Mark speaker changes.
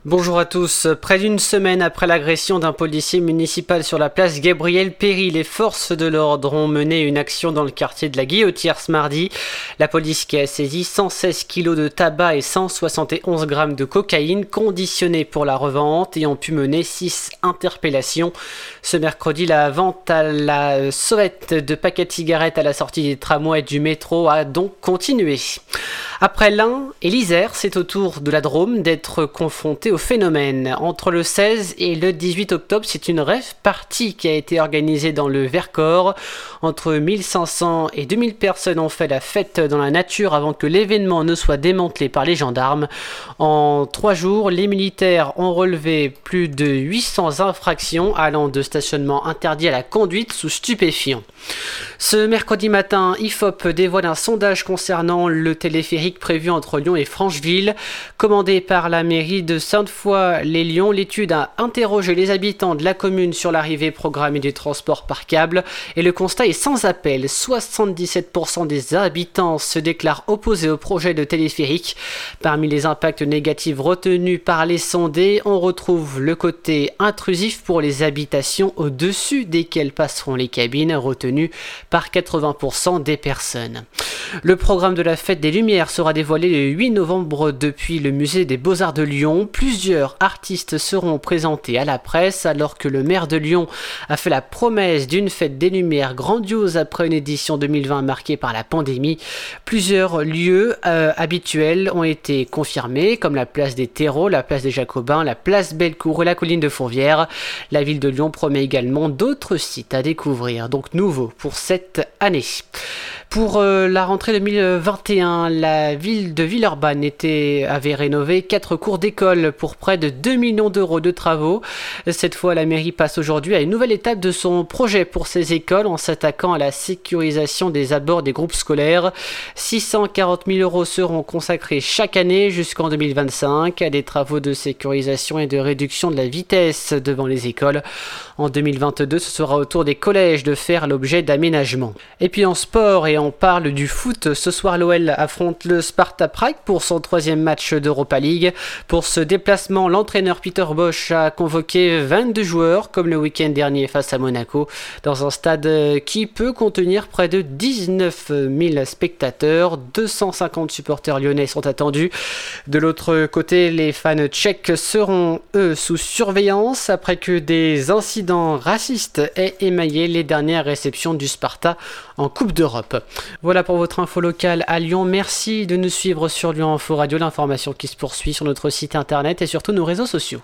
Speaker 1: Bonjour à tous. Près d'une semaine après l'agression d'un policier municipal sur la place Gabriel Péri, les forces de l'ordre ont mené une action dans le quartier de la Guillotière ce mardi. La police qui a saisi 116 kilos de tabac et 171 grammes de cocaïne conditionnés pour la revente et ont pu mener 6 interpellations. Ce mercredi, la vente à la sauvette de paquets de cigarettes à la sortie des tramways et du métro a donc continué. Après l'Ain et l'Isère, c'est au tour de la Drôme d'être confronté au phénomène. Entre le 16 et le 18 octobre, c'est une rave party qui a été organisée dans le Vercors. Entre 1500 et 2000 personnes ont fait la fête dans la nature avant que l'événement ne soit démantelé par les gendarmes. En 3 jours, les militaires ont relevé plus de 800 infractions allant de stationnement interdit à la conduite sous stupéfiants. Ce mercredi matin, IFOP dévoile un sondage concernant le téléphérique prévu entre Lyon et Francheville. Commandé par la mairie de Sainte-Foy-les-Lyons, l'étude a interrogé les habitants de la commune sur l'arrivée programmée du transport par câble et le constat est sans appel. 77% des habitants se déclarent opposés au projet de téléphérique. Parmi les impacts négatifs retenus par les sondés, on retrouve le côté intrusif pour les habitations au-dessus desquelles passeront les cabines, retenu par 80% des personnes. Le programme de la Fête des Lumières sera dévoilé le 8 novembre depuis le musée des Beaux-Arts de Lyon. Plusieurs artistes seront présentés à la presse alors que le maire de Lyon a fait la promesse d'une Fête des Lumières grandiose après une édition 2020 marquée par la pandémie. Plusieurs lieux habituels ont été confirmés comme la place des Terreaux, la place des Jacobins, la place Bellecour et la colline de Fourvière. La ville de Lyon promet également d'autres sites à découvrir, donc nouveaux pour cette année. Pour la rentrée 2021, la ville de Villeurbanne avait rénové 4 cours d'école pour près de 2 millions d'euros de travaux. Cette fois, la mairie passe aujourd'hui à une nouvelle étape de son projet pour ces écoles en s'attaquant à la sécurisation des abords des groupes scolaires. 640 000 euros seront consacrés chaque année jusqu'en 2025 à des travaux de sécurisation et de réduction de la vitesse devant les écoles. En 2022, ce sera au tour des collèges de faire l'objet d'aménagements. Et puis en sport, et on parle du foot, ce soir l'OL affronte le Sparta Prague pour son 3e match d'Europa League. Pour ce déplacement, l'entraîneur Peter Bosz a convoqué 22 joueurs comme le week-end dernier face à Monaco dans un stade qui peut contenir près de 19 000 spectateurs. 250 supporters lyonnais sont attendus. De l'autre côté, les fans tchèques seront eux sous surveillance après que des incidents racistes aient émaillé les dernières réceptions du Sparta en Coupe d'Europe. Voilà pour votre info locale à Lyon. Merci de nous suivre sur Lyon Info Radio, l'information qui se poursuit sur notre site internet et surtout nos réseaux sociaux.